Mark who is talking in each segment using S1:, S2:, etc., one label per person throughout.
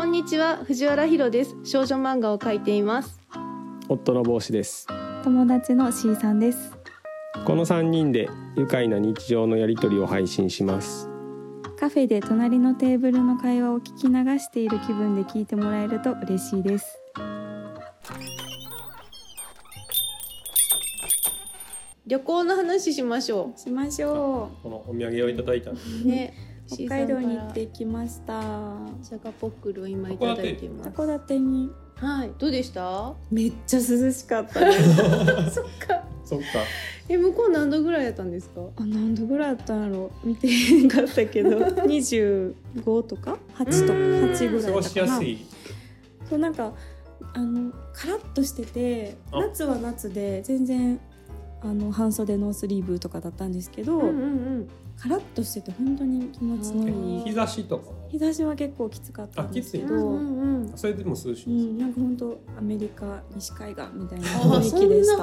S1: んにちは、藤原ひろです。少女漫画を描いています。
S2: 夫の帽子です。
S3: 友達の C さんです。
S2: この3人で愉快な日常のやり取りを配信します。
S3: カフェで隣のテーブルの会話を聞き流している気分で聞いてもらえると嬉しいです。
S1: 旅行の話しましょ
S3: しましょ
S2: このお土産をいただいたんで
S1: うね。
S3: 北海道に行ってきました。
S1: シャガポックルを今いただいています。
S3: 函館に。
S1: はい、どうでした？
S3: めっちゃ涼しかったです
S1: そっか。
S2: そっか。
S1: 向こう何度ぐらいやったんですか？
S3: 何度ぐらいやったんやろ、見てへんかったけど25とか8とか8ぐらいだったかな。過ごしやすい。そうなんかカラッとしてて、夏は夏で全然半袖ノースリーブとかだったんですけど、カラッとしてて本当に気持ちのいい。
S2: 日差しとか？日
S3: 差しは結構きつかったんですけど、
S2: それでも涼しい。
S3: なんか本当アメリカ西海岸みたいな雰囲気でした。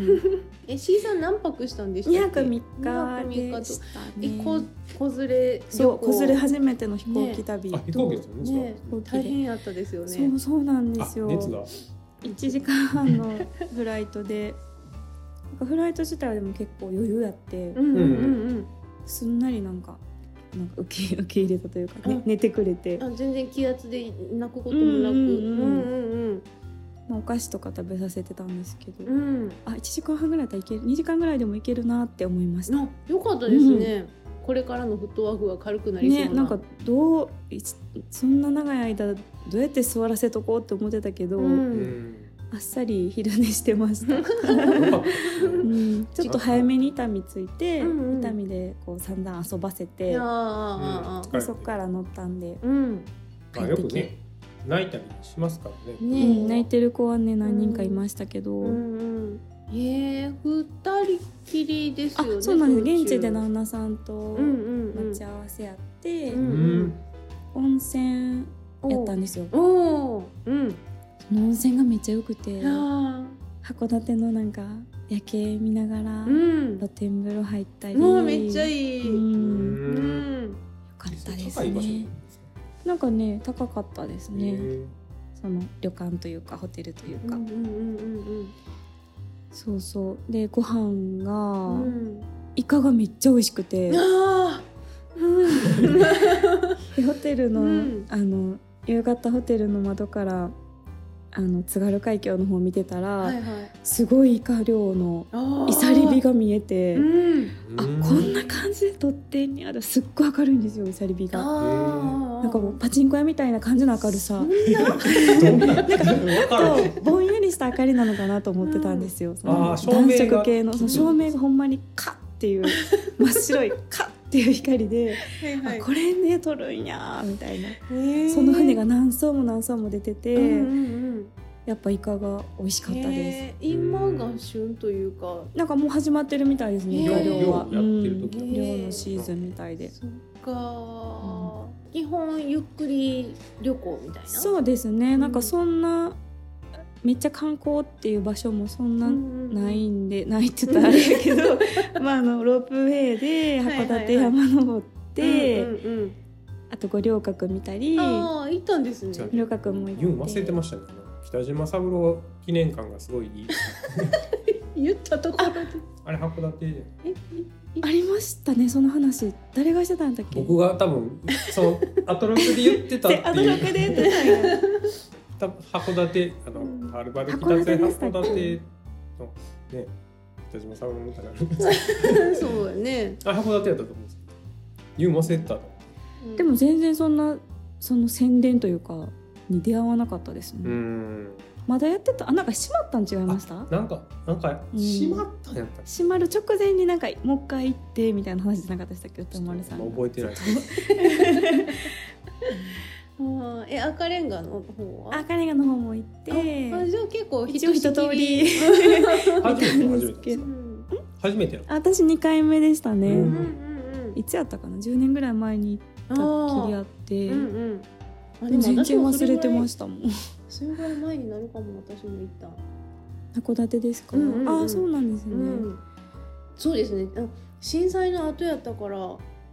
S1: C さん何泊したんでしたっけ？
S3: 2泊3日でしたね。
S1: 子連れ
S3: 初めての飛行機旅と、
S2: 飛行機ですよね。
S1: 大変やったですよね。
S3: そうなんですよ。
S2: 熱が
S3: 1時間半のフライトでフライト自体はでも結構余裕やって、すんなりなんか受け入れたというかね、寝てくれて、
S1: 全然気圧で泣くこともなく、
S3: お菓子とか食べさせてたんですけど、1時間半ぐらいだったらいける、2時間ぐらいでもいけるなって思いました。
S1: よかったですね。これからのフットワークが軽くなりそうな。
S3: なんかそんな長い間どうやって座らせとこうって思ってたけど、あっさり昼寝してましたちょっと早めに痛みついて、痛みでこう散々遊ばせて、そっから乗ったんで、
S2: よくね泣いたりしますからね。
S3: 泣いてる子はね何人かいましたけど、
S1: 2人きりですよね。
S3: そうなんです。現地で旦那さんと待ち合わせやって、温泉やったんですよ。その温泉がめっちゃ良くて、函館のなんか夜景見ながら露天風呂入ったり、
S1: めっちゃいい。よ
S3: かったですね。なんかね高かったですね。その旅館というかホテルというか、そうそうでご飯が、イカがめっちゃ美味しくて、でホテルの、夕方ホテルの窓から津軽海峡の方見てたら、すごいイカ漁のいさり火が見えて、こんな感じで撮ってんや。すっごい明るいんですよ、いさり火が。なんかもうパチンコ屋みたいな感じの明るさ。なんかぼんやりした明かりなのかなと思ってたんですよ。暖色系の照明がほんまにカッっていう真っ白いカッっていう光で、これね撮るんやみたいな。その船が何艘も何艘も出てて、やっぱイカが美味しかったです。
S1: 今が旬というか、
S3: なんかもう始まってるみたいですね、イカ漁は。
S2: 漁
S3: のシーズンみたいで。
S1: そっか、基本ゆっくり旅行みたいな。
S3: そうですね。なんかそんなめっちゃ観光っていう場所もそんなないんで、ないって言ったらあれやけどロープウェイで函館山登って、あと五稜郭見たり。
S1: 行ったんですね。
S3: 五稜郭も行って。
S2: 忘れてましたね。北島三郎記念館がすごいいい
S1: 言ったところで
S2: あれ函館
S3: ありましたね。その話誰がしてたんだっけ？
S2: 僕が多分そのアトロクで言ってたっていう。
S3: アトロクで言ってたんや
S2: 函館はるばる北瀬函館のね北島三郎の歌が
S1: そうやね。
S2: 函館やったと思うんですけど、忘れてた。
S3: でも全然その宣伝というかに出会わなかったですね。まだやってた。なんか閉まったん違いました？
S2: なんか閉まったんやった。
S3: 閉まる直前になんかもう一回行ってみたいな話じゃなかったでしたっけ、歌丸さんが。
S2: 覚えてない。
S3: 赤レンガの方は？赤レンガの方も行って、
S1: じゃあ結構
S3: 一通り
S2: 初めてや。
S3: 私2回目でしたね。いつやったかな、10年ぐらい前に行ったっきりあって、全然忘れてましたもん。
S1: それぐらい前になるかも。私も行った。
S3: 函館ですか？そうなんですね。
S1: そうですね。震災の後やったから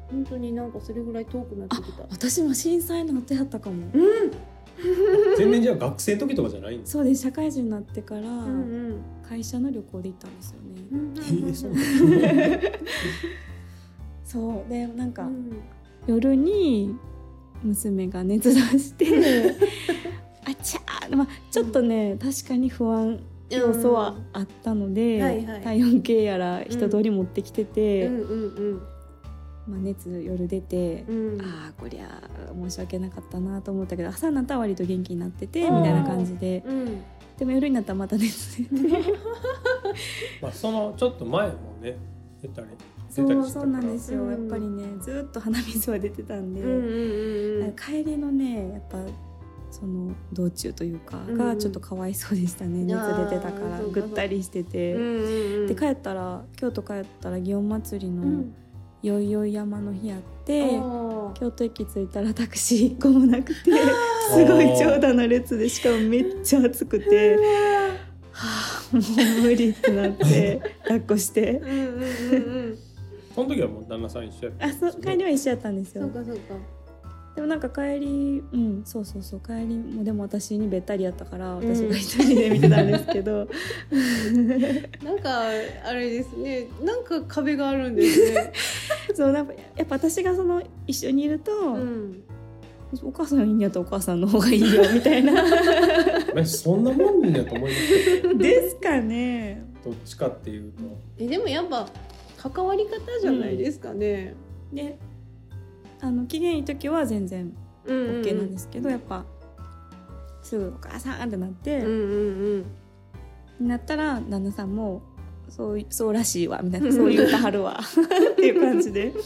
S1: 本当になんかそれぐらい遠くなってきた。
S3: 私も震災の後やったかも。
S2: 全然じゃあ学生の時とかじゃないんですか？
S3: そうです、社会人になってから会社の旅行で行ったんですよね。
S2: そうなんですね。
S3: そうでなんか、夜に娘が熱出してあちゃー、まあ、ちょっとね、確かに不安要素はあったので、体温計やら一通り持ってきてて、まあ、熱夜出て、ああこりゃ申し訳なかったなと思ったけど、朝になったら割と元気になっててみたいな感じで、でも夜になったらまた熱出て
S2: まあそのちょっと前もね出たり
S3: そうなんですよ、やっぱりねずっと鼻水は出てたんで、帰りのねやっぱその道中というかがちょっとかわいそうでしたね、熱出てたからぐったりしてて、で京都帰ったら祇園祭りのよいよい山の日あって、京都駅着いたらタクシー1個もなくてすごい長蛇の列で、しかもめっちゃ暑くてはあもう無理ってなって抱っこして
S2: その時はもう旦那さん一緒やったんですよね。
S3: 帰りは一緒やったんですよ。
S1: そうか
S3: でもなんか帰りそう帰りもでも私にべったりやったから私が一人で見てたんですけど、
S1: なんかあれですね、なんか壁があるんですね
S3: そうなんかやっぱ私がその一緒にいると、お母さんいいんやったらお母さんの方がいいよみたいな
S2: そんなもんやと思います
S3: ですかね。
S2: どっちかっていうと
S1: でもやっぱ関わり方じゃないですかね。
S3: で機嫌いい時は全然 OK なんですけど、やっぱすぐお母さんってなって、なったら旦那さんもそうらしいわみたいな、そう言うたはるわっていう感じでこ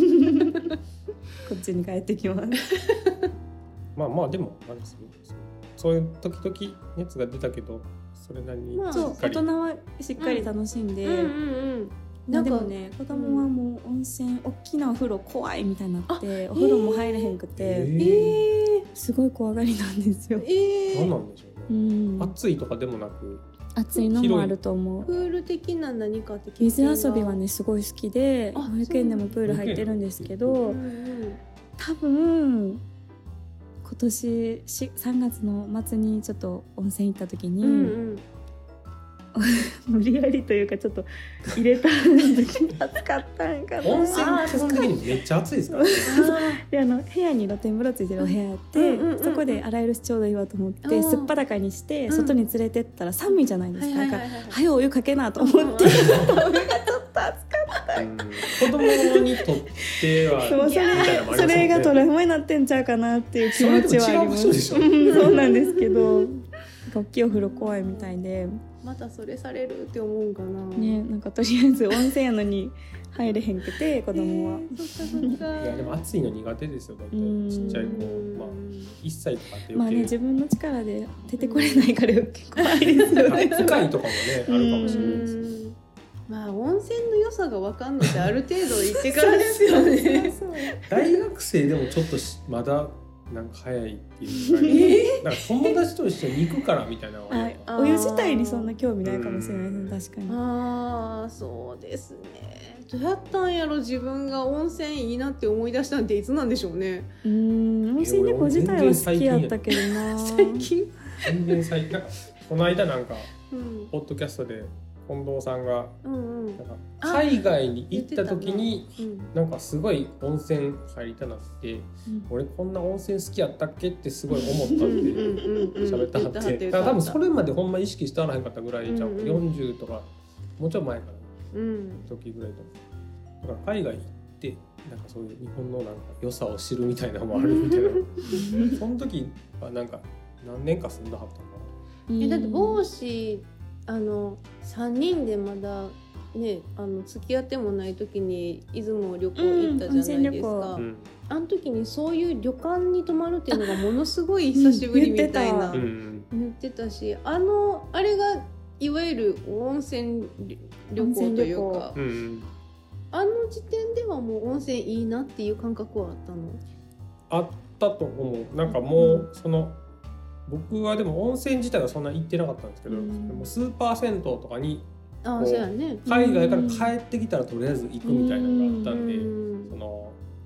S3: っちに帰ってきます
S2: まあでもそういう時々熱が出たけどそれなりにしっかり、
S3: そう大人はしっかり楽しんで、でもね子供はもう温泉大きなお風呂怖いみたいになって、お風呂も入れへんくて、すごい怖がりなんですよ。
S2: 何なんでしょうね、暑いとかでもなく
S3: 暑いのもあると思う。
S1: プール的な何かって
S3: 水遊びはねすごい好きで、保育園でもプール入ってるんですけど、多分今年3月の末にちょっと温泉行った時に、無理やりというかちょっと入れた時に暑かったんかな。
S2: 温泉基本的にめっちゃ暑いですからね
S3: で部屋に露天風呂ついてるお部屋あって、そこで洗えるしちょうどいいわと思ってすっぱだかにして外に連れてったら寒いじゃないですか。なんか早お湯かけなと思ってお湯がちょっと暑かった
S2: 子供にとっては
S3: それがトラウマになってんちゃうかなっていう気持ちはあります。そうなんですけど大きいお風呂怖いみたいで、
S1: またそれされるって思うんかな。
S3: ね、なんかとりあえず温泉やのに入れへんくて子供は。
S2: いやでも暑いの苦手ですよ。だってちっちゃい子、1歳とかって
S3: 余計自分の力で出てこれないから余計怖いですよね。
S2: 深いとかもねあるかもしれないです。
S1: 温泉の良さが分かんのってある程度行ってからですよね
S2: 大学生でもちょっとまだなんか早いっていうか、なんか友達と一緒に行くからみたいな
S3: お湯自体にそんな興味ないかもしれないですね。確
S1: かに。そうですね。どうやったんやろ、自分が温泉いいなって思い出したんっていつなんでしょうね。
S3: 温泉旅行自体は好きやったけどな。
S1: 最近
S2: 全然最近。なんかこの間なんかポッドキャストで近藤さんがなんか海外に行った時になんかすごい温泉入りたなって、俺こんな温泉好きやったっけってすごい思ったって喋ってはって、多分それまでほんま意識してはらへんかったぐらいじゃん、40とかもうちょい前から時ぐらいと。だから海外行ってなんかそういう日本のなんか良さを知るみたいなのもあるみたいなその時はなんか何年か住んだはったのかな。
S1: だって帽子3人でまだね付き合ってもない時に出雲旅行行ったじゃないですか。あの時にそういう旅館に泊まるっていうのがものすごい久しぶりみたいな言ってたし、あれがいわゆる温泉旅行というか、あの時点ではもう温泉いいなっていう感覚はあったの？
S2: あったと思う。なんかもう僕はでも温泉自体はそんな行ってなかったんですけど、もうスーパー銭湯とかに海外から帰ってきたらとりあえず行くみたいなのがあったんで、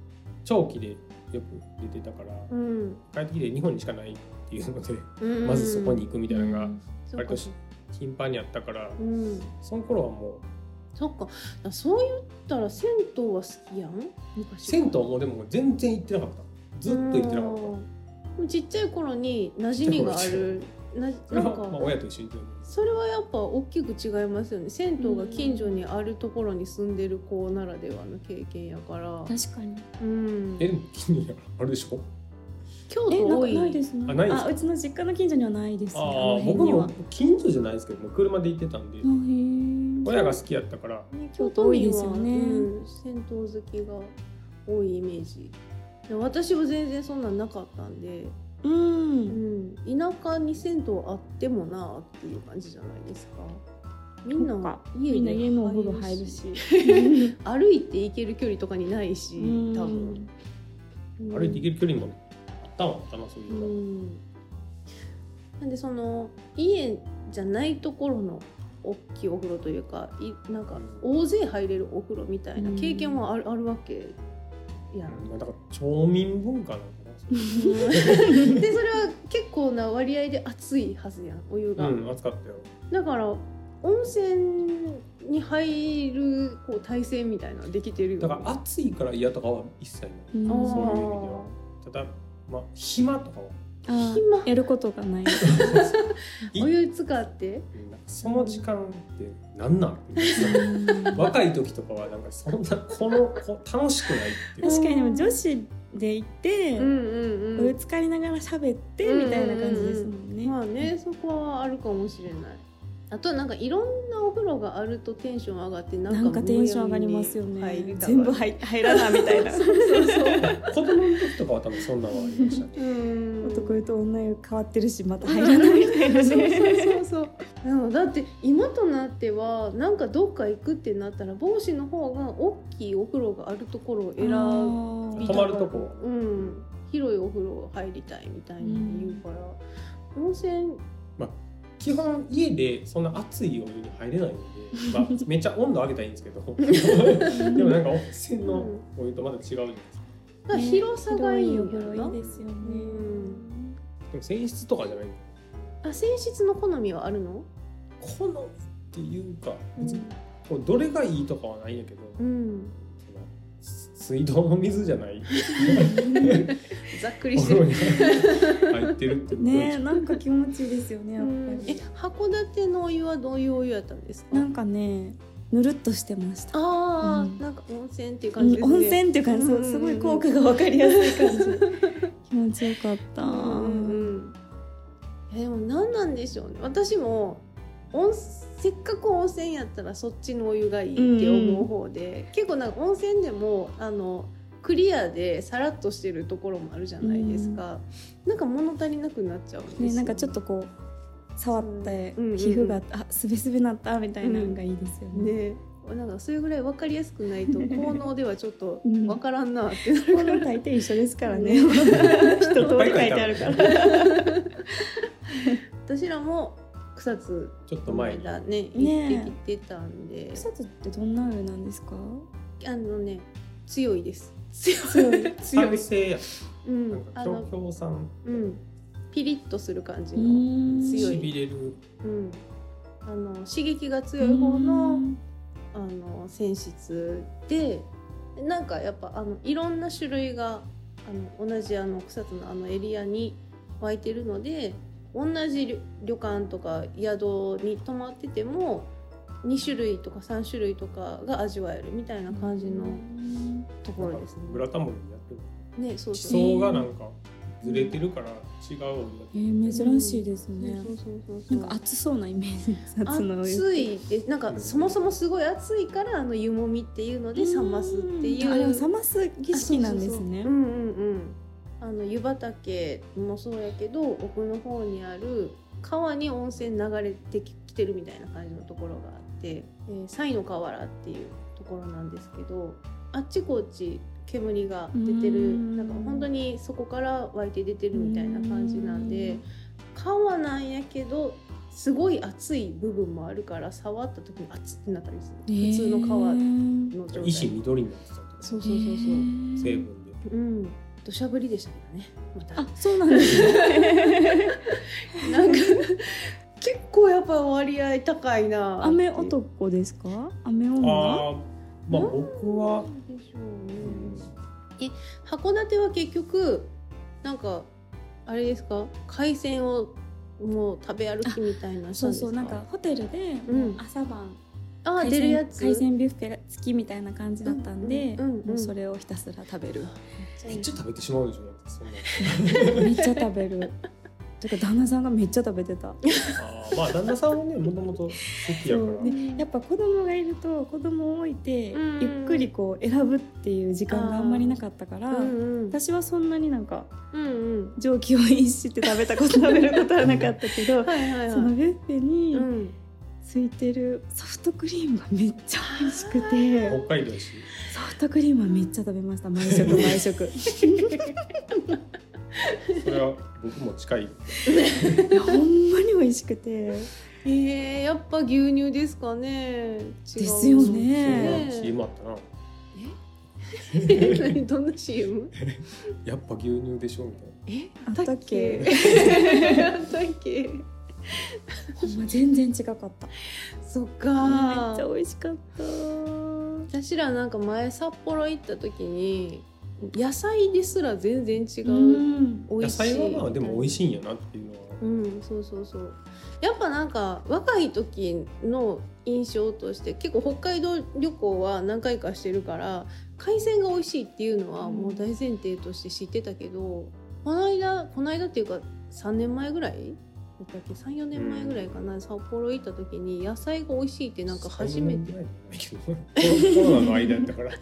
S2: 長期でよく出てたから、帰ってきて日本にしかないっていうので、まずそこに行くみたいなのが割と頻繁にあったから、その頃はもう
S1: そっか、そう言ったら銭湯は好きやん昔。
S2: 銭湯もでも全然行ってなかった。ずっと行ってなかった。
S1: ちっちゃい頃に馴染みがある。
S2: なんか親と一緒に行ってる。
S1: それはやっぱ大きく違いますよね。銭湯が近所にあるところに住んでる子ならではの経験やから。
S3: 確かに。
S2: でも近所にあるでしょ。
S1: 京都多い。
S3: ないですね。
S2: ないですか。
S3: うちの実家の近所にはないですね。
S2: 僕も近所じゃないですけど、車で行ってたんで。親が好きやったから。
S3: 京都多いですよね。
S1: 銭湯好きが多いイメージ。私は全然そんなんなかったんで。田舎に銭湯あってもなっていう感じじゃないですか。みんな
S3: 家のお風呂入るし
S1: 歩いて行ける距離とかにないし、多分
S2: 歩いて行ける距離もあったのかな、そういうの。
S1: なんでその家じゃないところの大きいお風呂というか、なんか大勢入れるお風呂みたいな経験はあるわけやん。
S2: だから町民文化なのかな。
S1: でそれは結構な割合で熱いはずやん、お湯が。
S2: 熱かったよ。
S1: だから温泉に入るこう体勢みたいなのできてるよ、ね。
S2: だから暑いから嫌とかは一切ない。そういう意味では。ただ暇とかは
S3: 暇やることがない。
S1: お湯使って
S2: その時間って何なん？若い時とかはなんかそんな楽しくないっていう。
S3: 確かにでも女子で行って、お湯浸かりながら喋ってみたいな感じですもんね。
S1: まあね、そこはあるかもしれない。あとなんかいろんなお風呂があるとテンション上がってなんか
S3: テンション上がりますよね。全部入らなみたいな。そう
S2: 子供の時とかは多分そんなのありましたね。
S3: 男湯と女湯変わってるしまた入らないみたいなね。
S1: そうだって今となってはなんかどっか行くってなったら帽子の方が大きいお風呂があるところを選びたい。
S2: 泊まるとこ。
S1: 広いお風呂入りたいみたいに言うから、温泉。
S2: 基本家でそんな熱いお湯に入れないので、めっちゃ温度上げたらいいんですけどでもなんか温泉のお湯とまた違うじゃないです
S1: か。広さがいいよな。
S3: いいですよね。
S2: でも泉質とかじゃないの？
S1: 泉質の好みはあるの？
S2: 好みっていうか別にどれがいいとかはないんやけど、水道の水じゃない
S1: ざっくりしてる
S2: 入ってるって
S3: ね、なんか気持ちいいですよねやっぱり。
S1: 函館のお湯はどういうお湯やったんですか？
S3: なんかね、ぬるっとしてました。
S1: なんか温泉っていう感じですね。
S3: 温泉っていう感じ、すごい効果が分かりやすい感じ。気持ちよかった。
S1: でも何なんでしょうね。私もせっかく温泉やったらそっちのお湯がいいって思う方で、結構なんか温泉でもクリアでさらっとしてるところもあるじゃないですか。なんか物足りなくなっちゃうんですよね。
S3: なんかちょっとこう触って皮膚がすべすべなったみたいなのがいいですよね。
S1: なんかそれぐらい分かりやすくないと効能ではちょっと分からんなってなるから。
S3: 大抵一緒ですからね。一通り書いてあるから。
S1: 私らも草津
S2: ちょっと前
S1: だね行ってきてたんで。
S3: 草津ってどんな湯なんですか？
S1: 強いです。
S2: 強い。酸性や。強酸。
S1: ピリッとする感じの強い。
S2: 痺れる。
S1: 刺激が強い方の泉質で、なんかやっぱいろんな種類が同じ草津のエリアに湧いてるので、同じ旅館とか宿に泊まってても2種類とか3種類とかが味わえるみたいな感じのところですね。
S2: ブラタモリやってる
S1: ね、そう
S2: 地層がなんかずれてるから違うお湯
S3: だ珍しいですね。なんか熱そうなイメージ。
S1: 熱いで、なんかそもそもすごい熱いから湯もみっていうので冷ますっていう。
S3: あれは冷ます儀式なんですね。
S1: 湯畑もそうやけど奥の方にある川に温泉流れてきてるみたいな感じのところがあって、西の河原っていうところなんですけど、あっちこっち煙が出てる、なんか本当にそこから湧いて出てるみたいな感じなんで、川なんやけどすごい熱い部分もあるから触った時に熱ってなったりする、普通の川の状態。
S2: 石緑になってたとか。
S1: そう
S2: 成分で
S1: 土砂降りでしたけどね。また
S3: そうなんですね
S1: なんか結構やっぱ割合高いな。
S3: 雨男ですか？雨女？
S2: まあ僕は
S1: でしょうね。函館は結局なんかあれですか、海鮮をもう食べ歩きみたいな。
S3: そうなんかホテルで朝晩
S1: 出るやつ
S3: 海鮮ビュッフェ付きみたいな感じだったんで、もうそれをひたすら食べる。
S2: めっちゃ食べてしまうでしょ。そんな
S3: めっちゃ食べる。だから旦那さんがめっちゃ食べてた。
S2: まあ旦那さんはねもともと好きやから。
S3: やっぱ子供がいると子供を置いてゆっくりこう選ぶっていう時間があんまりなかったから、私はそんなになんか常軌を逸して食べることはなかったけど、そのビュッフェについてるソフトクリームがめっちゃ美味しくて、
S2: 北海道し
S3: ソフトクリームはめっちゃ食べました。毎食
S2: それは僕も近い。
S3: いやほんまに美味ししくて、
S1: やっぱ牛乳ですかね。
S3: ですよね。
S2: CM あったな。
S1: どんな CM？
S2: やっぱ牛乳でしょみたい
S1: な。あったっけ？あったっけ？
S3: ほんま全然違かった。
S1: そっか。
S3: めっちゃ美味しかった。
S1: 私らなんか前札幌行った時に野菜ですら全然違う、
S2: 美味しい。野菜はまあでも美味しいんやなっていうのは。
S1: そうそうそう。やっぱなんか若い時の印象として結構北海道旅行は何回かしてるから海鮮が美味しいっていうのはもう大前提として知ってたけど、この間っていうか3年前ぐらいだっけ、3、4年前ぐらいかな、札幌行った時に野菜が美味しいってなんか初めて。
S2: コロナの間だから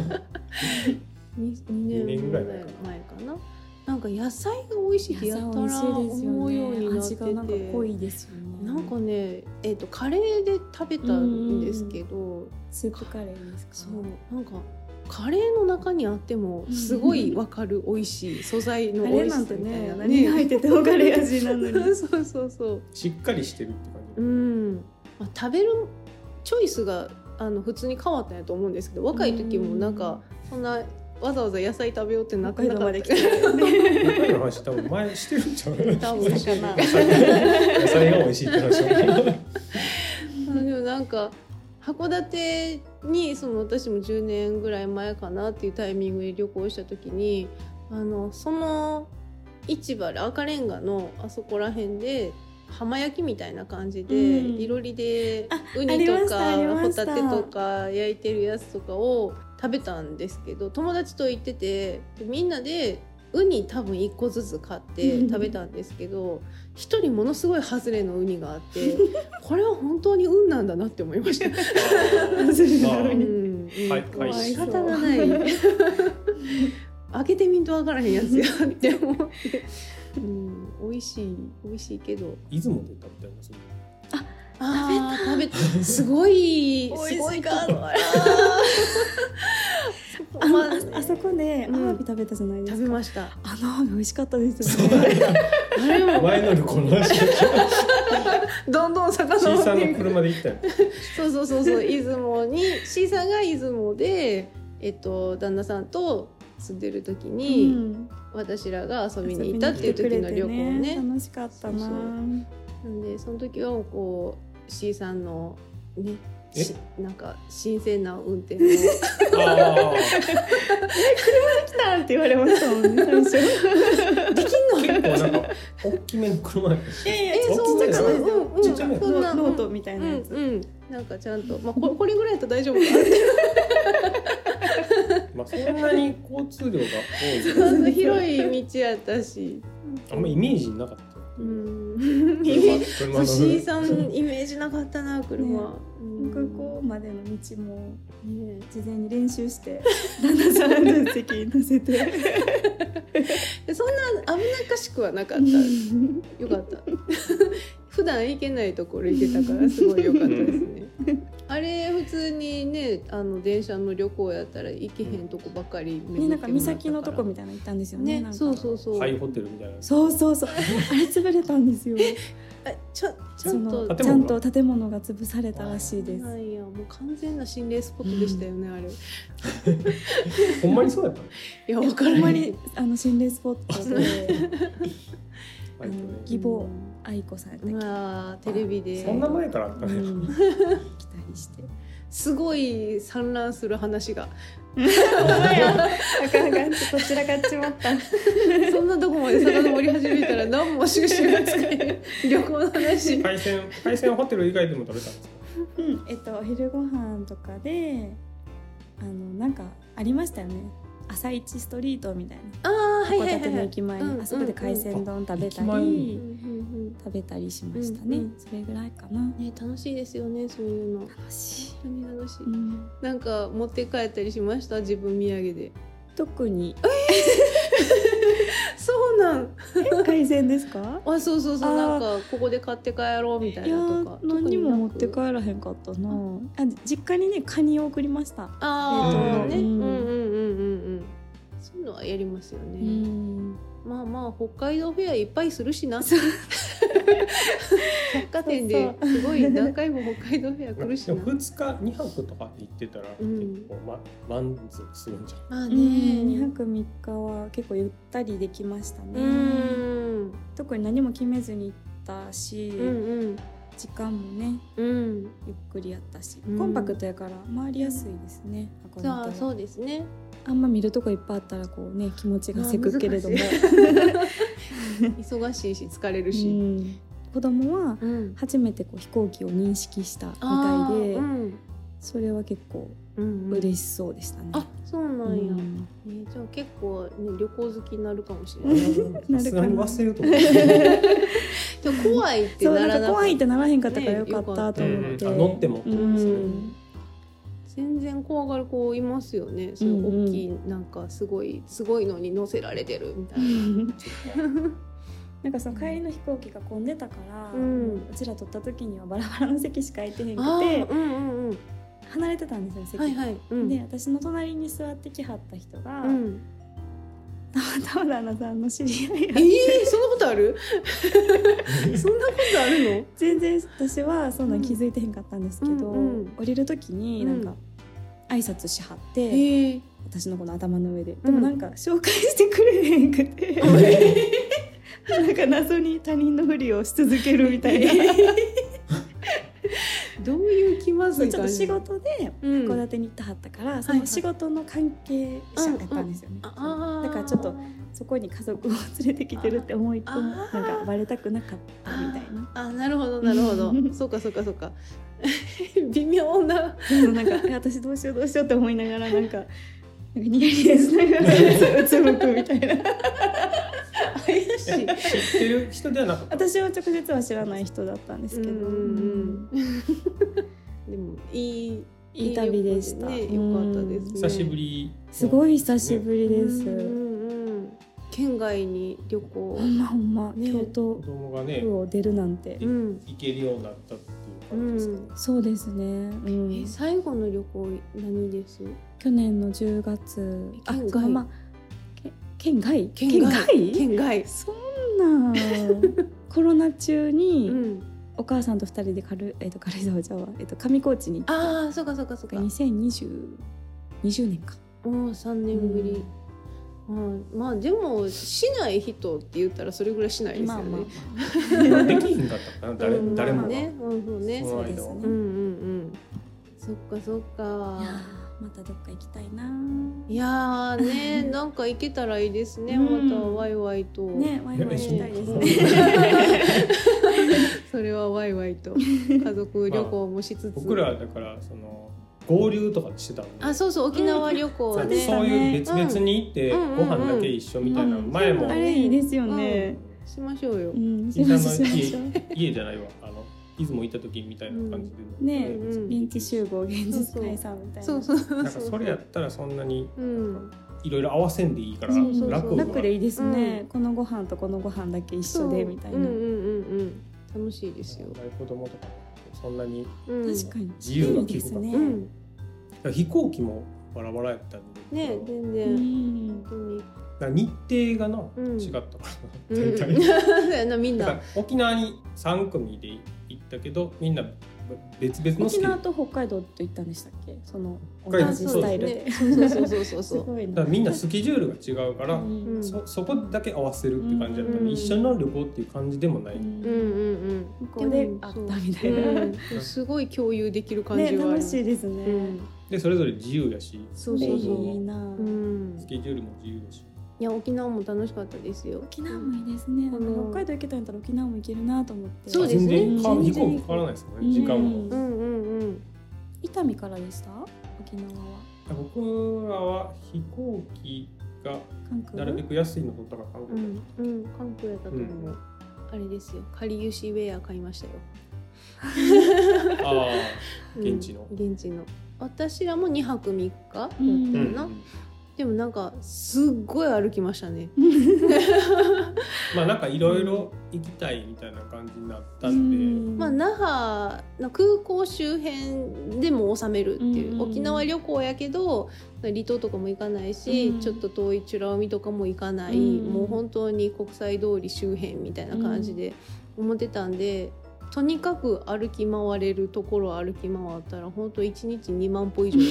S1: 2年ぐらい前かな。なんか野菜が美味しいってやったら思うようになってて、
S3: 味がなんか濃いですよね。
S1: なんかね、カレーで食べたんですけど、
S3: スープカレーですか？
S1: そうなんかカレーの中にあってもすごいわかる美味しい素材の美味しさみたいな、
S3: 何が入っててもカレー味なのに
S1: そうそうそう、
S2: しっかりしてるって感
S1: じ。食べるチョイスが普通に変わったんやと思うんですけど、若い時もなんかそんなわざわざ野菜食べようってなってなかったけど、
S2: 北海道の話多分前してるんちゃう？
S1: 多分かな。
S2: 野菜が美味しいって話
S1: でもなんか函館に私も10年ぐらい前かなっていうタイミングで旅行した時にその市場で赤レンガのあそこら辺で浜焼きみたいな感じで、いろりでウニとかホタテとか焼いてるやつとかを食べたんですけど、友達と行っててみんなでウニ多分1個ずつ買って食べたんですけど一人ものすごい外れのウニがあってこれは本当に運なんだなって思いました。外れのウニ、仕方がない開けてみんと分からへんやつやって思って、美味しいけど
S2: 出雲で食べたんですよ。
S1: 食べたすごい
S3: かったあそこでアワビ食べたじゃないですか。
S1: 食べました。
S3: アワビ美味しかったですよね。
S2: 前の旅行の話
S1: どんどん魚を
S2: C さんの車で行ったよ。
S1: そう出雲に C さんが出雲で旦那さんと住んでる時に、私らが遊びに行ったっていう時の旅行ね。
S3: 楽しかったな。
S1: なんでその時はこう C さんのねなんか新鮮な運転を車で
S3: 来たって言われましたもんね最初。
S1: できんの？
S2: 結構なんか大きめの車やった。
S1: そうだから
S2: ちっちゃめ
S3: ノートみたいなやつ。
S1: なんかちゃんとこれぐらいだと大丈夫か
S2: な。そんなに交通量が多い。
S1: 広い道やったし。
S2: あんまイメージなかった。
S1: C さんイメージなかったな車。
S3: 空港までの道も事前に練習して旦那さんの席に乗せて
S1: そんな危なっかしくはなかった。よかった。普段行けないところ行けたからすごい良かったですね。あれ普通にね電車の旅行やったら行けへんとこばっかり
S3: ね、なんか岬のとこみたいなの行ったんですよね。
S1: そう
S2: ハイホテルみたいな。
S3: そうあれ潰れたんですよ。
S1: ちゃ
S3: んと建物が潰されたらしいです。
S1: もう完全な心霊スポットでしたよね、あれ。
S2: ほんまにそうやったの？
S1: いや分からない。
S3: ほんまに心霊スポットで義母愛子さんやったっけ、
S1: まあテレビで
S2: そんな前からあったね、
S3: 来たりして
S1: すごい散乱する話が
S3: ほんまやなかなかちょっと散らかっちまった
S1: そんなとこまで遡り始めたら何も収集がつかない旅行の話。
S2: 海鮮ホテル以外でも食べたんですか？
S3: お昼ご飯とかでなんかありましたよね、朝市ストリートみたいな、函館の駅前にあそこで海鮮丼食べたり食べたりしましたね、それぐらいかな、
S1: ね、楽しいですよね、そういうの。
S3: 楽しい、
S1: 本当に楽しい、なんか持って帰ったりしました？自分土産で。
S3: 特に
S1: そうなん
S3: 海鮮ですか？
S1: あ、そうなんかここで買って帰ろうみたいなとか。
S3: いや何も持って帰らへんかったな。実家にねカニを送りました。
S1: ね、そういうのはやりますよね。まあ北海道フェアいっぱいするしな。百貨店ですごい何回も北海道フェア来るしな。
S2: 2日2泊とかで行ってたら結構満足するんじゃん。
S3: まあね、2泊3日は結構ゆったりできましたね。特に何も決めずに行ったし、時間もね、ゆっくりやったし、コンパクトやから回りやすいですね。
S1: そうですね。
S3: あんま見るとこいっぱいあったらこうね気持ちがせくけれども
S1: 忙しいし疲れるし、
S3: 子供は初めてこう飛行機を認識したみたいで、それは結構嬉しそうでしたね。
S1: あ、そうなんや。じゃあ結構ね旅行好きになるかもしれない。
S2: さすがに忘れると思う。
S1: でも怖いってならなかった。
S3: 怖いってならへんかったからよかったと思って。
S2: 乗っても。
S1: 全然怖がる子いますよね。そういう大きいなんかすごいのに乗せられてるみたいな。
S3: なんかその帰りの飛行機が混んでたから、うちら取った時にはバラバラの席しか空いてへんくて、離れてたんですよ席。で私の隣に座ってきはった人が、たまたま旦那さんの知り合いが
S1: そんなことある？そんなことあるの？
S3: 全然私はそんな気づいてへんかったんですけど、降りる時になんか挨拶しはって、私のこの頭の上で、でもなんか紹介してくれへんくて、なんか謎に他人のふりをし続けるみたいな。
S1: どういう気まずい感じ？
S3: ちょっと仕事で函館に行ってはったから、その仕事の関係者やったんですよね。だからちょっとそこに家族を連れてきてるって思いと、なんかバレたくなかったみたいな。
S1: なるほどそうか微妙な。
S3: なんか私どうしようって思いながらなんかニヤニヤしながらうつむくみたいな。
S1: 怪しい。
S2: 知ってる人ではなかった？
S3: 私は直接は知らない人だったんですけど、
S1: でもいい
S3: 旅でした。
S1: よかったですね。
S2: 久しぶり。
S3: すごい久しぶりです。
S1: 県外に旅行。
S3: ほんま京都府を出るなんて
S2: 行けるようになったっていう感じですかね。
S3: そうですね。
S1: 最後の旅行何です？
S3: 去年の10月。
S1: 県外。
S3: 県外そんなコロナ中にお母さんと2人で軽井沢じゃは上高地に行った。
S1: そうか
S3: 2020年か。
S1: 3年ぶり。まあでもしない人って言ったらそれぐらいしないですよね。
S2: できひんかったかな、誰もが
S1: ね。
S3: そうですね。
S1: そっか。
S3: またどっか行きたいな。
S1: いやね、なんか行けたらいいですね。またワイワイと
S3: ね、ワイワイしたいですね。
S1: それはワイワイと家族旅行もしつつ、
S2: 僕らだからその合流とかしてたの
S1: で。そう沖縄旅行
S2: ね。そういう別々に行ってご飯だけ一緒みたいな前も
S3: あれいいですよね。
S1: しましょうよ。
S2: 家じゃないわ。出雲行った時みたいな感じ
S3: でね、現地集合現実解散みたいな。
S2: なんかそれやったらそんなにいろいろ合わせんでいいから
S3: 楽でいいですね。このご飯とこのご飯だけ一緒でみたいな。
S1: 楽しいですよ。
S2: 子供とかそんなに
S3: 確かに
S2: 自由が利くから。飛行機もバラバラやったんで
S1: ね、全然
S2: 日程が違ったから
S1: みんな
S2: 沖縄に3組で行ったけどみんな別々の
S3: 沖縄と北海道と行ったんでしたっけ？その同じスタイルで。
S1: そう。
S2: だからみんなスケジュールが違うから、そこだけ合わせるって感じだったので、一緒の旅行っていう感じでもない。
S3: 向こうであったみたいな。
S1: すごい共有できる感じは
S3: 楽しいですね。
S2: でそれぞれ自由だし、
S1: そう
S3: いいな。
S2: スケジュールも自由だし。
S1: いや沖縄も楽しかったですよ。
S3: 沖縄もいいですね。北海道行けたんやったら沖縄も行けるなと思って。
S1: そうですね。
S2: 飛行機かからないですよね。時間も。
S3: 伊丹からでした？沖縄は。
S2: 僕らは飛行機がなるべく安いの取ったから韓国。
S1: 韓国やったと思う。あれですよ。かりゆしウェア買いましたよ。
S2: ああ、現地の。
S1: 私らも2泊3日だったな。でもなんかすっごい歩きましたね。
S2: まあなんかいろいろ行きたいみたいな感じになったんで、
S1: まあ那覇の空港周辺でも収めるっていう、沖縄旅行やけど離島とかも行かないし、ちょっと遠い美ら海とかも行かない、もう本当に国際通り周辺みたいな感じで思ってたんで、とにかく歩き回れるところを歩き回ったら本当1日2万歩以上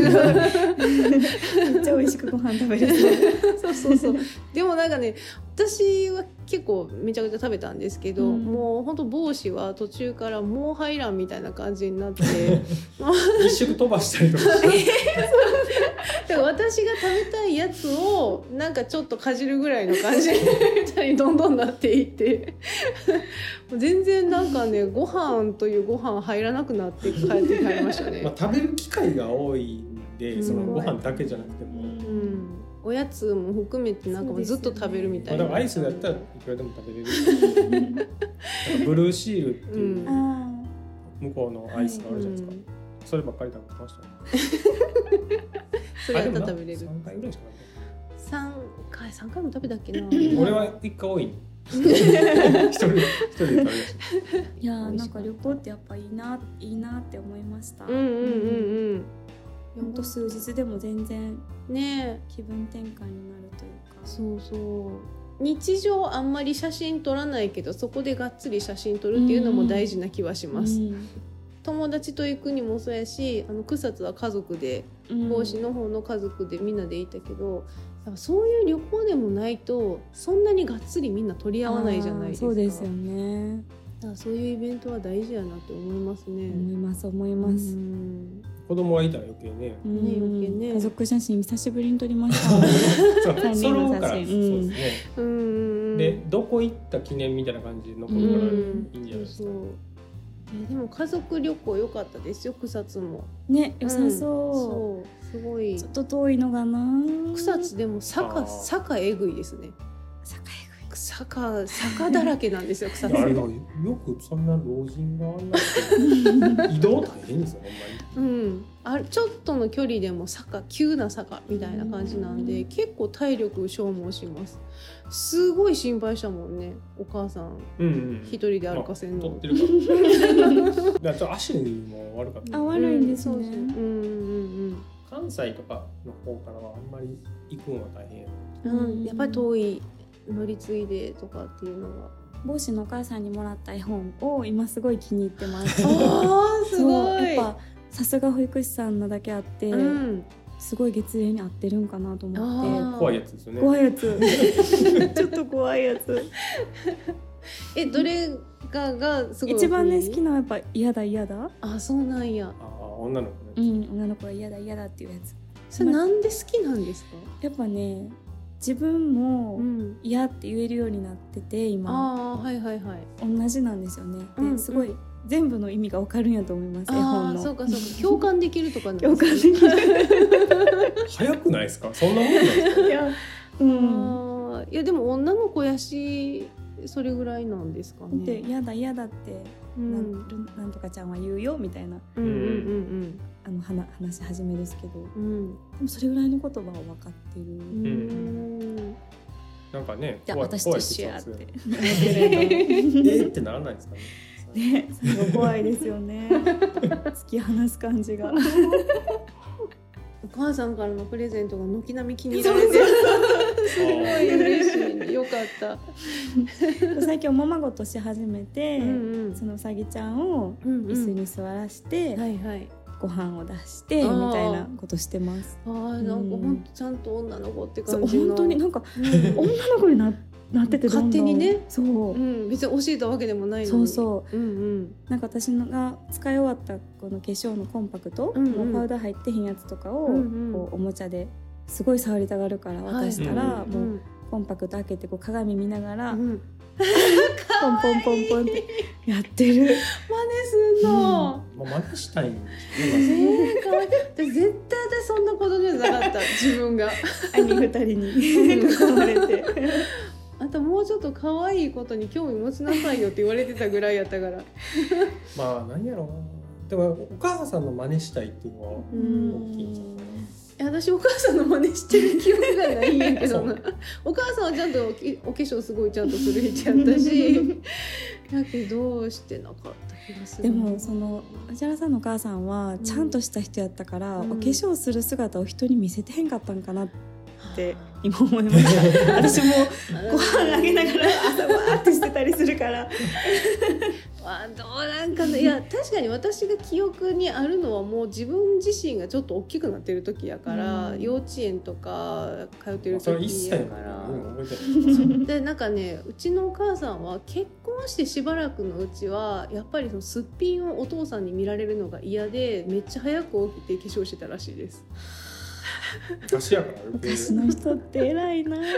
S3: めっちゃ美味しくご飯食べれる
S1: そうでもなんかね、私は結構めちゃくちゃ食べたんですけど、もう本当帽子は途中からもう入らんみたいな感じになって
S2: 一食飛ばしたりとか
S1: だから私が食べたいやつをなんかちょっとかじるぐらいの感じにどんどんなっていって全然なんかね、ご飯というご飯入らなくなって帰って帰りましたね。
S2: まあ食べる機会が多いんで、そのご飯だけじゃなくても、
S1: おやつも含めてなんかもうずっと食べるみたいな。
S2: だからアイスだったらいくらでも食べれるブルーシールっていう向こうのアイスがあるじゃないですか、そればっかり食べてましたね。
S1: それやったら食べれる。
S2: 3回ぐらいしか
S1: 食べ3回も食べたっけな。
S2: 俺は1回多い一人で食べました。
S3: いやなんか旅行ってやっぱいいなって思いました。ほんと数日でも全然ね気分転換になるというか。
S1: そう日常あんまり写真撮らないけど、そこでがっつり写真撮るっていうのも大事な気はします。友達と行くにもそうやし、草津は家族で、帽子の方の家族でみんなで行ったけど、そういう旅行でもないとそんなにがっつりみんな取り合わないじゃないですか。
S3: そうですよね。
S1: だからそういうイベントは大事やなって思いますね。
S3: 思います。
S2: 子供がいたら余計ね。
S3: 家族写真久しぶりに撮りました。3人の写真。
S2: そうですね。でどこ行った記念みたいな感じで残るからいいんじゃないですか。
S1: でも家族旅行良かったですよ。草津も
S3: ね、良さそう。
S1: すごい
S3: ちょっと遠いのがな。
S1: 草津でも坂えぐいですね。坂だらけなんですよ。草津。
S2: よくそんな老人があんな移動大変ですよね。
S1: ちょっとの距離でも急な坂みたいな感じなんで、結構体力消耗します。すごい心配したもんね、お母さん一人で歩かせんの。
S2: 撮ってるからちょっと足も悪かった。
S3: 悪いんですね。
S2: 関西とかの方からはあんまり行くのは大変
S1: や。やっぱり遠い、乗り継いでとかっていうのが。
S3: 帽子のお母さんにもらった絵本を今すごい気に入ってます。
S1: すごい。
S3: やっぱさすが保育士さんなだけあって、すごい月齢に合ってるんかなと思って。
S2: 怖いやつですよね。
S3: 怖いやつちょっと怖いやつ
S1: どれがすごい
S3: 一番ね好きなのはやっぱ嫌だ。
S1: そうなんや。
S2: 女の子ね。
S3: 女の子が嫌だっていうやつ。
S1: それなんで好きなんですか？
S3: やっぱね、自分も嫌って言えるようになってて今。同じなんですよね。ですごい全部の意味が分かるんやと思います。絵本の。
S1: そうか共感できるとか。
S3: 共感できる。
S2: 早くないですか？そんなもんなんですか？
S1: いやでも女の子やしそれぐらいなんですかね。
S3: で嫌だってなんとかちゃんは言うよみたいな話し始めですけど、でもそれぐらいの言葉は分かってる。
S2: なんかね、
S3: 私と一緒やって
S2: ってならないですかね。
S3: 最後怖いですよね。突き放す感じが。
S1: 母さんからのプレゼントが軒並み気に入られてすごい嬉しい。よかった
S3: 最近おままごとし始めて、そのうさぎちゃんを椅子に座らして、ご飯を出してみたいなことしてます。
S1: なんか本当ちゃんと女の子って感じの、
S3: 本当になんか、女の子になってて
S1: 勝手にね、
S3: そう、
S1: 別に教えたわけでもないのに、
S3: そう、なんか私が使い終わったこの化粧のコンパクト、もうパウダー入ってへんやつとかを、こうおもちゃですごい触りたがるから渡したら、もうコンパクト開けてこう鏡見ながら、ポンポンポンポンってやってる。真似
S1: すんの、
S2: 真似したいんです
S1: ね。絶対私そんなことじゃなかった自分が
S3: 兄2人に囲まれて
S1: あともうちょっと可愛いことに興味持ちなさいよって言われてたぐらいやったから
S2: まあ何やろうな、でもお母さんの真似したいっていうのは大きいんじゃないかな。
S1: 私お母さんの真似してる記憶がないんやけどなお母さんはちゃんとお化粧すごいちゃんとする人やったしだけどしてなかった気がする。
S3: でもその藤原さんのお母さんはちゃんとした人やったから、お化粧する姿を人に見せてへんかったんかなって今思いました私もご飯あげながら朝わーってしてたりするから
S1: どうなんかな。いや確かに私が記憶にあるのはもう自分自身がちょっと大きくなってる時やから、幼稚園とか通ってる時やからでなんかね、うちのお母さんは結婚してしばらくのうちはやっぱりそのすっぴんをお父さんに見られるのが嫌でめっちゃ早く起きて化粧してたらしいです。
S2: 昔やから
S3: 昔の人って偉いなね、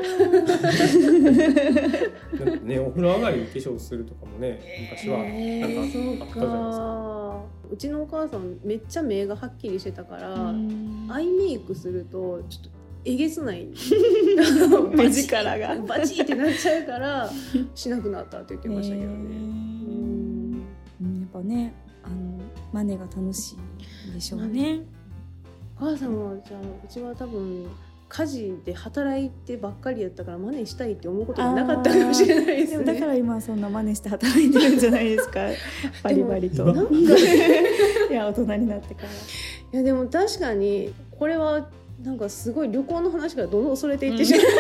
S2: お風呂上がりに化粧するとかもね、昔はなんかあったじゃないですか。
S1: うちのお母さんめっちゃ目がはっきりしてたからアイメイクするとちょっとえげつない
S3: 目力が
S1: バチってなっちゃうからしなくなったって言ってましたけどね。
S3: やっぱね、マネが楽しいでしょうね。
S1: お母さんはじゃあうちは多分家事で働いてばっかりやったから真似したいって思うことがなかったかもしれないですね。
S3: でもだから今そんな真似して働いてるんじゃないですかバリバリとなんかいや大人になってから。い
S1: やでも確かにこれはなんかすごい旅行の話からどんどんそれていってしまう、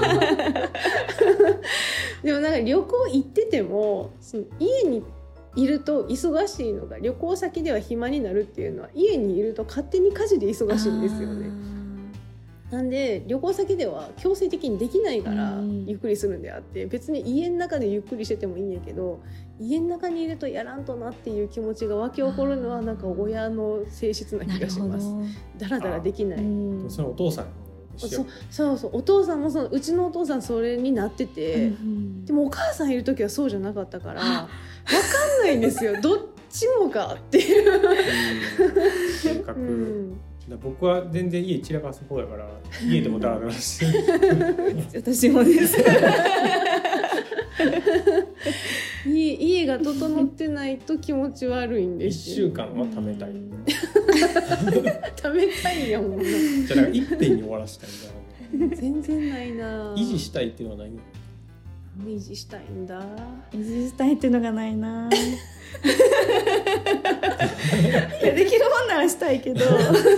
S1: でもなんか旅行行っててもその家にいると忙しいのが旅行先では暇になるっていうのは家にいると勝手に家事で忙しいんですよね。なんで旅行先では強制的にできないからゆっくりするんであって別に家の中でゆっくりしててもいいんやけど家の中にいるとやらんとなっていう気持ちが湧き起こるのはなんか親の性質な気がします。だらだらできない。
S2: それお父さん
S1: そうお父さんもうちのお父さんそれになってて、でもお母さんいる時はそうじゃなかったから分かんないんですよどっちもかっていう
S2: 性格、僕は全然家散らかす方やから家でもダラダラして
S3: 私もです
S1: 家が整ってないと気持ち悪いんです
S2: よ。1週間は貯めたい
S1: 貯めたいやもんな。
S2: じゃあいっぺんに終わらせたいんだ
S1: 全然ないな。
S2: 維持したいっていうのはないの？
S1: 維持したいんだ。
S3: 維持したいっていうのがないな。いやできるもんならしたいけど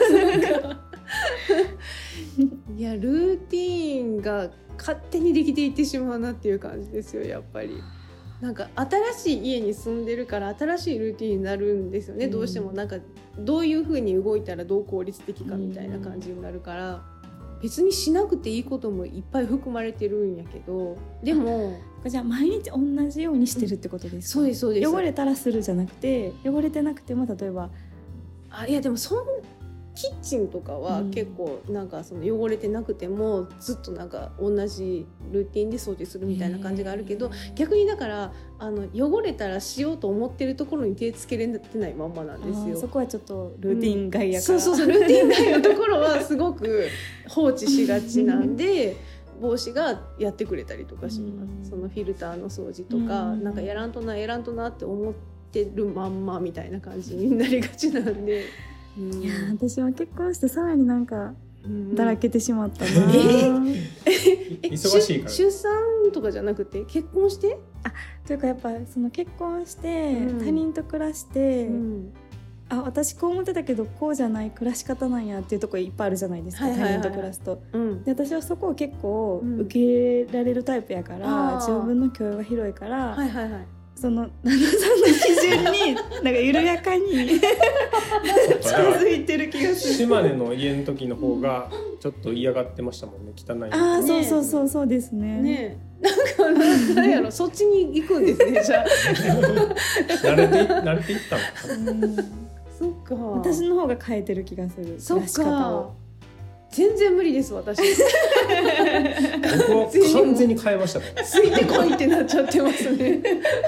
S1: いやルーティーンが勝手にできていってしまうなっていう感じですよ。やっぱりなんか新しい家に住んでるから新しいルーティーンになるんですよね、どうしても。なんかどういう風に動いたらどう効率的かみたいな感じになるから、別にしなくていいこともいっぱい含まれてるんやけど、でも
S3: じゃあ毎日同じようにしてるってことですか？
S1: そうですそうです。
S3: 汚れたらするじゃなくて、汚れてなくても例えば
S1: いやでもキッチンとかは結構なんかその汚れてなくてもずっとなんか同じルーティンで掃除するみたいな感じがあるけど、逆にだから汚れたらしようと思ってるところに手つけれてないまんまなんですよ。
S3: そこはちょっとルーティン外やから、
S1: そうルーティン外のところはすごく放置しがちなんで帽子がやってくれたりとかします。そのフィルターの掃除とか、なんかやらんとなって思ってるまんまみたいな感じになりがちなんで。
S3: いや私は結婚してさらになんかだらけてしまったな。
S2: 忙しいから
S1: 出産とかじゃなくて結婚して
S3: というかやっぱその結婚して、他人と暮らして、 私こう思ってたけどこうじゃない暮らし方なんやっていうところいっぱいあるじゃないですか、他人と暮らすと、で私はそこを結構受け入れられるタイプやから、自分の許容が広いから、その旦那さんの基準になんか緩やかに近づいてる気がする。
S2: 島根の家の時の方がちょっと嫌がってましたもんね、汚い。
S3: そうですね。
S1: なんか何やろ、そっちに行くんですね。じゃあ
S2: 慣れていったのかな。
S1: そっか。
S3: 私の方が変えてる気がする。
S1: そっか。全然無理です私。僕
S2: は完全に変えましたから。
S1: ついてこいってなっちゃってますね。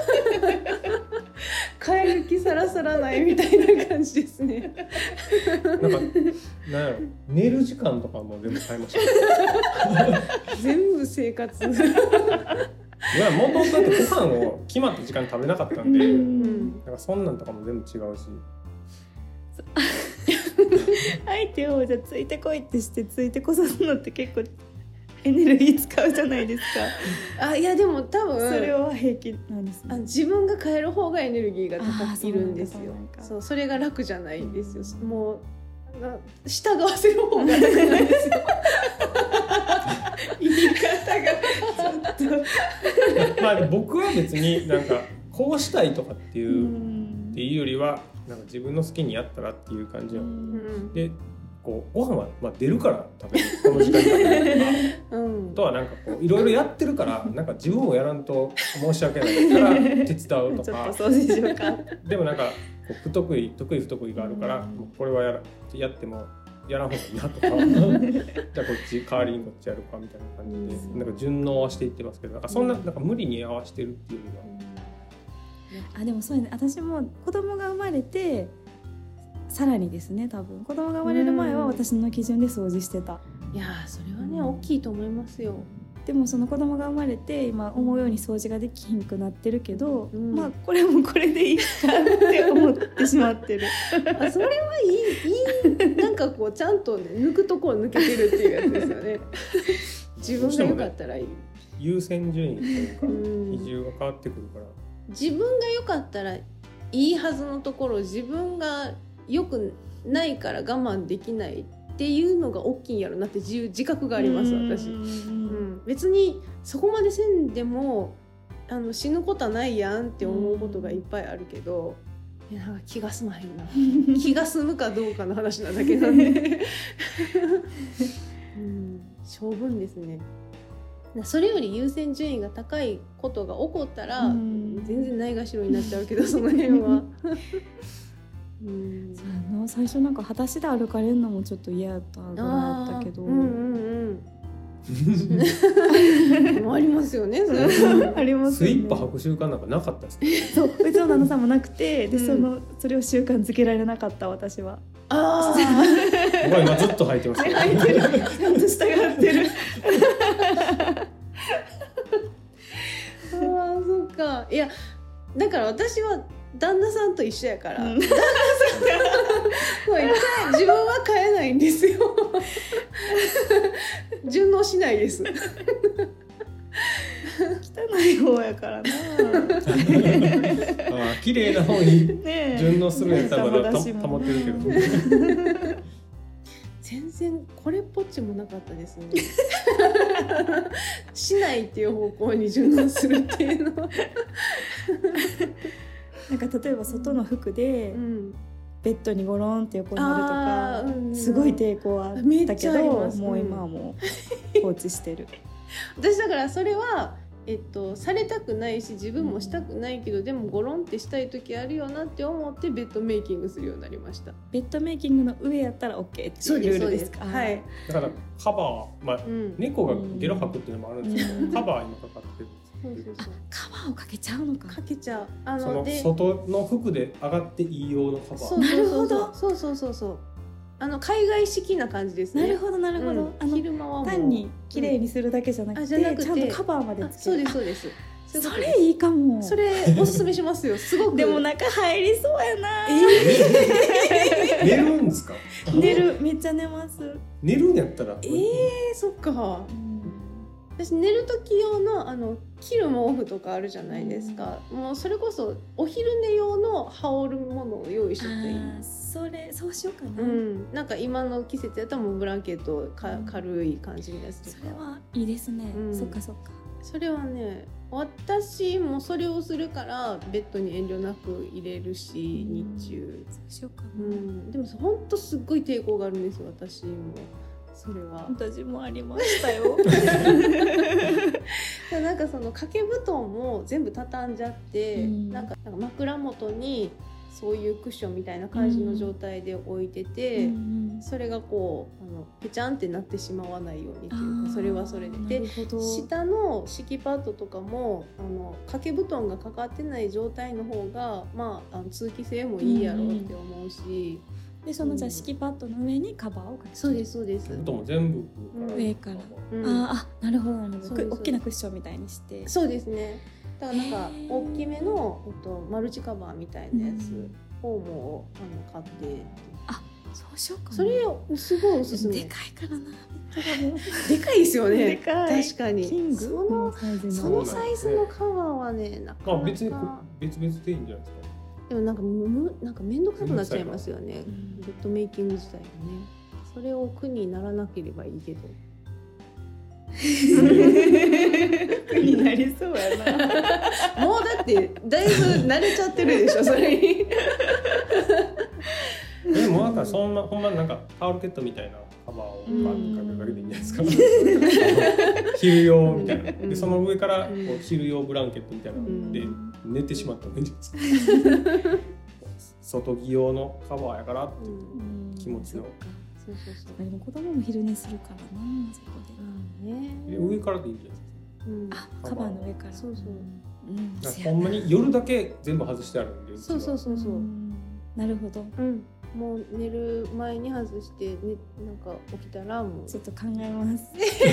S1: 変える気さらさらないみたいな感じですね。
S2: なんやろ、寝る時間とかも全部変えました。
S1: 全部生活。
S2: もともとだってご飯を決まった時間に食べなかったんで、なんかそんなんとかも全部違うし。
S3: 相手をじゃあついてこいってしてついてこさすのって結構エネルギー使うじゃないです
S1: か。いやでも多分
S3: それは平気なんですね。
S1: 自分が変える方がエネルギーが高くいるんですよ。それが楽じゃないんですよ。もう従わせる方が楽ないですよ。言い方がちょっと
S2: まあ僕は別になんかこうしたいとかっていうよりはなんか自分の好きにやったらっていう感じなので、こうご飯はまあ出るから食べる、この時間に食べるとか、とはなんかこういろいろやってるからなんか自分もやらんと申し訳ないから手伝うとか
S1: ちょっとそうでしょうか。
S2: でもなんかこう不得意不得意があるから、これはやってもやらん方がいいなとかじゃあこっち代わりにこっちやるかみたいな感じでなんか順応はしていってますけど、なんかそんな、なんか無理に合わせてるっていうよりは。
S3: でもそうね、私も子供が生まれてさらにですね、多分子供が生まれる前は私の基準で掃除してた。
S1: いやそれはね、大きいと思いますよ。
S3: でもその子供が生まれて今思うように掃除ができひんくなってるけど、まあこれもこれでいいかって思ってしまってる。
S1: それはいいなんかこうちゃんと、ね、抜くところ抜けてるっていうやつですよね。自分が良かったらいい。
S2: 優先順位というか比重が変わってくるから。
S1: 自分が良かったらいいはずのところ、自分が良くないから我慢できないっていうのが大きいんやろなって自覚があります私。別にそこまでせんでも死ぬことはないやんって思うことがいっぱいあるけど、なんか気が済まへんな。気が済むかどうかの話なだけなんで、性分ですね。それより優先順位が高いことが起こったら全然ないがしろになっちゃうけど、その辺は
S3: 最初なんか裸足で歩かれるのもちょっと嫌だったぐらいだったけど、
S1: ありますよね。
S3: あります
S2: スイッパ履く習慣なんかなかったですね。
S3: そううちの旦那さんもなくて、でそれを習慣づけられなかった私は。
S2: 僕は今ずっと履いてます。
S3: 履いてる、ちゃんと従ってる。
S1: そっか。いやだから私は旦那さんと一緒やから、旦那さんが自分は変えないんですよ。順応しないです。
S3: 汚い方やからな。
S2: 綺麗な方に順応するやったらまだ保ってるけど。
S1: 全然これっぽっちもなかったですね。しないっていう方向に順応するっていうのは。
S3: なんか例えば外の服でベッドにゴロンって横になるとか、すごい抵抗はあったけど、もう今はもう放置してる。
S1: 私だからそれは、されたくないし自分もしたくないけど、でもゴロンってしたい時あるよなって思ってベッドメイキングするようになりました。
S3: ベッドメイキングの上やったら OK っていうルールですか？
S1: はい。
S2: だからカバー、猫がゲロ吐くっていうのもあるんですけど、カバーにもかかってる。
S3: カバーをかけちゃうのか。
S1: かけちゃう。
S2: その外の服で上がっていい用のカバー。
S3: なるほど。
S1: そう。海外式な感じですね。
S3: なるほど。
S1: 昼間はもう
S3: 単に綺麗にするだけじゃなくて、ちゃんとカバーまでつける。
S1: そうです。
S3: それいいかも。
S1: それおすすめしますよ。すごく。
S3: でも中入りそうやな。
S2: 寝るんですか？
S3: 寝る、めっちゃ寝ます。
S2: 寝るんやったら。
S1: そっか。 私寝る時用の着る毛布とかあるじゃないですか、もうそれこそお昼寝用の羽織るものを用意しとっていい。
S3: そうしようかな、
S1: なんか今の季節やったらもうブランケット軽い感じのやつとか、
S3: それはいいですね、そっかそっか。
S1: それはね、私もそれをするからベッドに遠慮なく入れるし、日中
S3: そうしようかな、
S1: でもほんとすっごい抵抗があるんですよ、私も。それは
S3: 私もありましたよ
S1: なんかその掛け布団も全部畳んじゃって、なんか枕元にそういうクッションみたいな感じの状態で置いてて、それがこうペチャンってなってしまわないようにというか、それはそれで下の敷きパッドとかも掛け布団がかかってない状態の方が、通気性もいいやろうって思うし、
S3: でそのじゃあ敷きパッドの上にカバーをかけて、
S1: そうですそうです。
S2: 布団も全部
S3: 上から、なるほどなるほど。大きなクッションみたいにして。
S1: そうですね。だからなんか大きめのマルチカバーみたいなやつをもう買って、
S3: そうしようかな。
S1: それすごいおすすめ。
S3: でかいからな。
S1: でかいですよね。
S3: でかい。
S1: 確かに。
S3: キング
S1: そのサイズのカバーはね、なかなか
S2: 別々でいいんじゃないですか。
S1: でもなんか面倒くさくなっちゃいますよね、ベッドメイキング自体がね。それを苦にならなければいいけど
S3: 苦になりそうや
S1: なもうだってだいぶ慣れちゃってるでしょそれに
S2: でもなんかほんまなんかタオルケットみたいなカバーをバッとかけるだけでいいんじゃないですか昼用みたいなで、その上からこう昼用ブランケットみたいなので寝てしまったらいいんじゃないですか外着用のカバーやからっていう気持ちの。
S3: でも子供も昼寝するからな、そこ
S2: で。上からでいいんじゃないです
S3: か。カバーの上から。
S1: そうそう。
S2: ほんまに夜だけ全部外してあるんで。
S1: そう。
S3: なるほど。
S1: もう寝る前に外して、なんか起きたらもう
S3: ちょっと考えます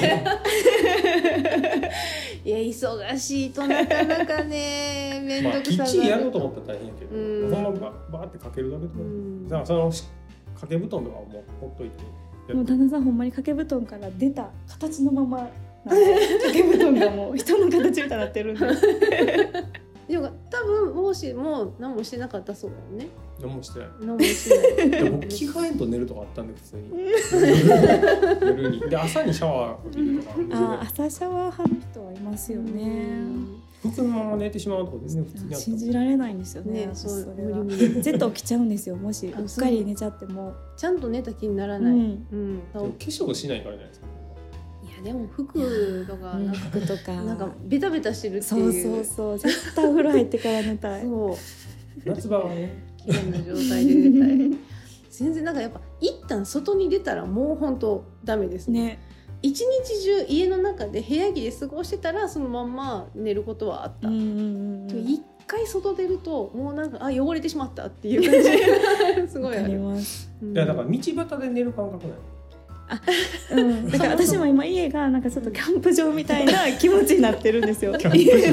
S1: いや忙しいとなかなかね面倒くさがる
S2: きっちりやろうと思ったら大変やけど、ほんまバーってかけるだけとか、だからその掛け布団とかはもうほっといて、
S3: もう旦那さんほんまに掛け布団から出た形のまま掛け布団がもう人の形みたいになってるんです
S1: でも多分もしもう何もしてなかったそうだよね。
S2: 何もしてない。
S1: 何もしてない。
S2: 僕着替えんと寝るとかあったんで普通に。夜にで朝にシャワー浴びるとか。
S3: 朝シャワー派の人はいますよね。
S2: 服のまま寝てしまうとか全然普通にあった。
S3: 信じられないんですよね。それは絶対起きちゃうんですよ。もしうっかり寝ちゃっても
S1: ちゃんと寝た気にならない。
S2: 化粧しないからじゃないですか。
S1: でも服とかなんかベタベタしてるっていう。
S3: そう絶対お風呂入ってから寝たい。
S2: 夏場はね
S1: 綺麗な状態で寝たい全然なんかやっぱ一旦外に出たらもう本当ダメですね。一日中家の中で部屋着で過ごしてたらそのまんま寝ることはあった。一回外出るともうなんか汚れてしまったっていう感じすごいあります。
S2: いやだから道端で寝る感覚ない。
S3: だから私も今家がなんかちょっとキャンプ場みたいな気持ちになってるんですよ。
S2: や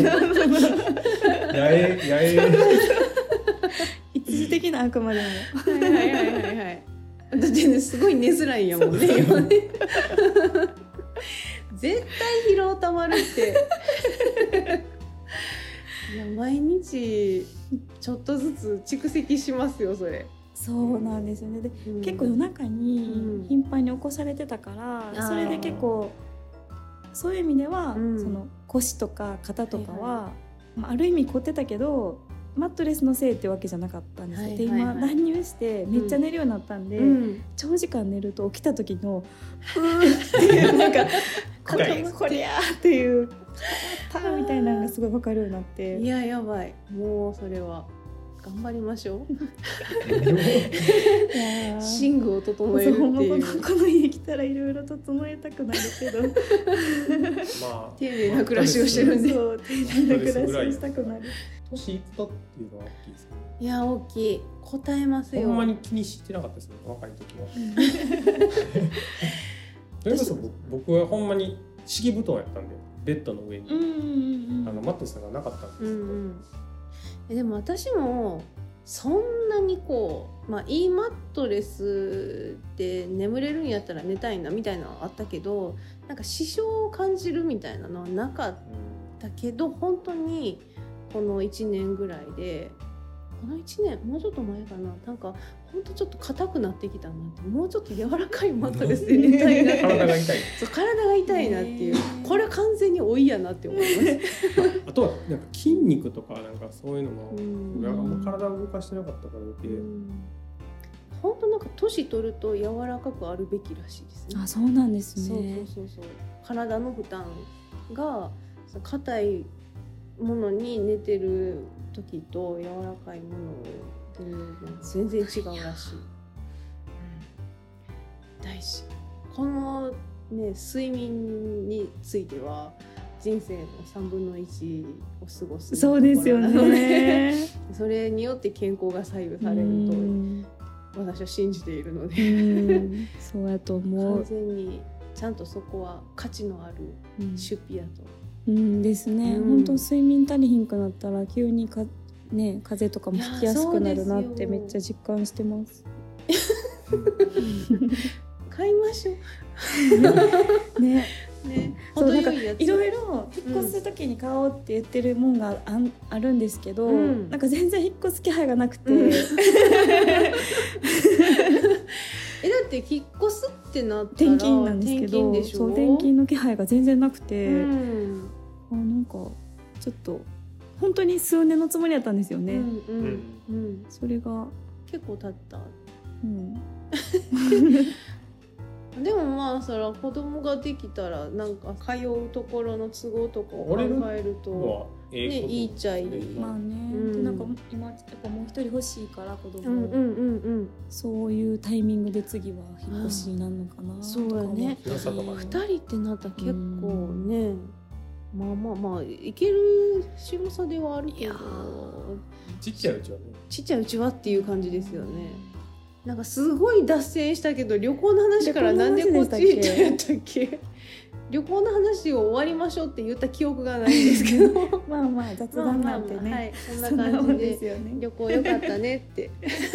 S2: え
S3: 一時的なあくまでも。
S1: だってねすごい寝づらいんやもんね今ね。絶対疲労たまるって。いや毎日ちょっとずつ蓄積しますよそれ。
S3: そうなんですよね。で、結構夜中に頻繁に起こされてたから、それで結構そういう意味では、その腰とか肩とかは、ある意味凝ってたけどマットレスのせいってわけじゃなかったんですよ。で今乱入してめっちゃ寝るようになったんで、長時間寝ると起きた時のっていうなんかこりゃーっていうターみたいなのがすごい分かるようになって、
S1: いややばい、もうそれは頑張りましょう。寝具を整えるっていう。
S3: この家来たらいろいろ整えたくなるけど
S1: 丁寧な暮らしをしてるんで、
S3: そう丁寧な暮らしをしたくなる。
S2: 年いくとっていうのは大きいですか？
S1: いや大きい、答えますよ。
S2: ほんまに気にしてなかったですね若い時は。それこそ僕はほんまに敷布団やったんでベッドの上にマットレスがなかったんですけど、
S1: でも私もそんなにこう、いいマットレスで眠れるんやったら寝たいなみたいなのはあったけど、なんか支障を感じるみたいなのはなかったけど、本当にこの1年ぐらいで、この1年もうちょっと前かな、なんか本当ちょっと硬くなってきたなって、もうちょっと柔らかいマットレスで寝たいなって
S2: 体が痛い、
S1: そう体が痛いなっていう、これは完全に老いやなって思います
S2: あとはなんか筋肉とかなんかそういうのも、もう体を動かしてなかったから余計、
S1: 本当なんか年取ると柔らかくあるべきらしいですね。
S3: あ、そうなんですね。
S1: そう体の負担が硬いものに寝てる時と柔らかいもので全然違うらしい。大事。このね、睡眠については人生の3分の1を過ごす。
S3: そうですよね。
S1: それによって健康が左右されると私は信じているので、
S3: そうやと思う。
S1: 完全にちゃんとそこは価値のある出費やと。
S3: ですね。本当睡眠足りひんくなったら急に風邪とかもひきやすくなるなってめっちゃ実感してます。
S1: 買いましょう。
S3: ね。そうなんかいろいろ引っ越す時に買おうって言ってるもんがあるんですけど、なんか全然引っ越す気配がなくて。だ
S1: って引っ越すってなった
S3: ら転勤なんですけど、そう転勤の気配が全然なくて、なんかちょっと本当に数年のつもりだったんですよね。それが
S1: 結構経った。でもそら子供ができたらなんか通うところの都合とかを考えるとね、いいっちゃいい。
S3: なんか今やっぱもう一人欲しいから子供、そういうタイミングで次は引っ越しになるのかな。
S1: そうやね。2人ってなったら結構ね、いける白さではあるけど、
S2: ちっちゃいうちはね。
S1: ちっちゃいうちはっていう感じですよね。なんかすごい脱線したけど、旅行の話からなんでこっち行ったっけ？旅行の話を終わりましょうって言った記憶がないんですけど
S3: 雑談なんてね、
S1: はい、そんな感じですよね。旅行良かったねって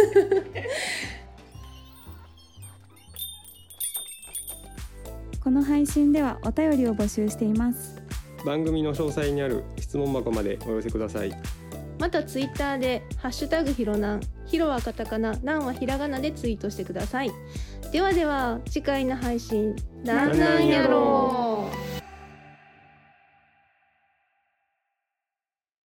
S3: この配信ではお便りを募集しています。
S2: 番組の詳細にある質問箱までお寄せください。
S1: またツイッターでハッシュタグひろなん、ひろはカタカナ、なんはひらがなでツイートしてください。では次回の配信なんやろう。